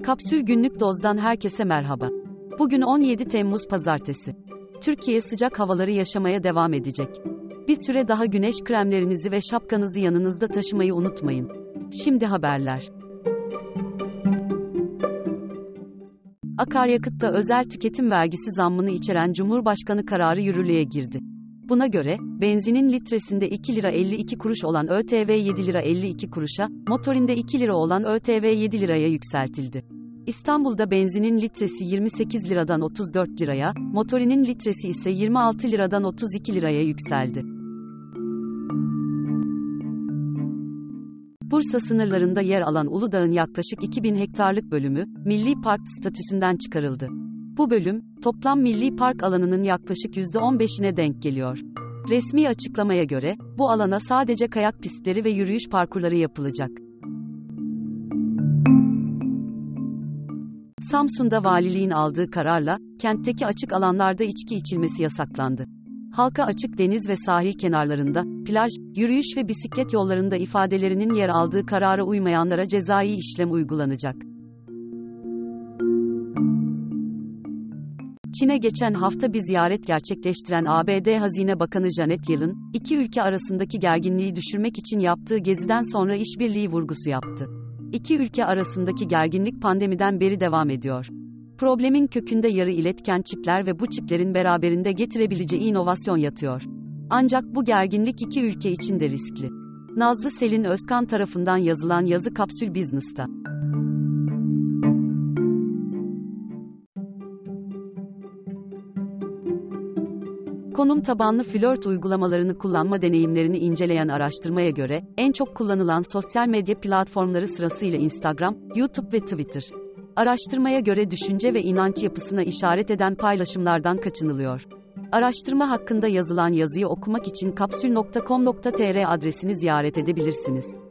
Kapsül Günlük Doz'dan herkese merhaba. Bugün 17 Temmuz Pazartesi. Türkiye sıcak havaları yaşamaya devam edecek. Bir süre daha güneş kremlerinizi ve şapkanızı yanınızda taşımayı unutmayın. Şimdi haberler. Akaryakıtta özel tüketim vergisi zammını içeren Cumhurbaşkanı kararı yürürlüğe girdi. Buna göre, benzinin litresinde 2 lira 52 kuruş olan ÖTV 7 lira 52 kuruşa, motorinde 2 lira olan ÖTV 7 liraya yükseltildi. İstanbul'da benzinin litresi 28 liradan 34 liraya, motorinin litresi ise 26 liradan 32 liraya yükseldi. Bursa sınırlarında yer alan Uludağ'ın yaklaşık 2000 hektarlık bölümü, Milli Park statüsünden çıkarıldı. Bu bölüm, toplam milli park alanının yaklaşık %15'ine denk geliyor. Resmi açıklamaya göre, bu alana sadece kayak pistleri ve yürüyüş parkurları yapılacak. Samsun'da valiliğin aldığı kararla, kentteki açık alanlarda içki içilmesi yasaklandı. Halka açık deniz ve sahil kenarlarında, plaj, yürüyüş ve bisiklet yollarında ifadelerinin yer aldığı karara uymayanlara cezai işlem uygulanacak. Çin'e geçen hafta bir ziyaret gerçekleştiren ABD Hazine Bakanı Janet Yellen, iki ülke arasındaki gerginliği düşürmek için yaptığı geziden sonra işbirliği vurgusu yaptı. İki ülke arasındaki gerginlik pandemiden beri devam ediyor. Problemin kökünde yarı iletken çipler ve bu çiplerin beraberinde getirebileceği inovasyon yatıyor. Ancak bu gerginlik iki ülke için de riskli. Nazlı Selin Özkan tarafından yazılan yazı Kapsül Business'ta. Konum tabanlı flört uygulamalarını kullanma deneyimlerini inceleyen araştırmaya göre, en çok kullanılan sosyal medya platformları sırasıyla Instagram, YouTube ve Twitter. Araştırmaya göre düşünce ve inanç yapısına işaret eden paylaşımlardan kaçınılıyor. Araştırma hakkında yazılan yazıyı okumak için kapsül.com.tr adresini ziyaret edebilirsiniz.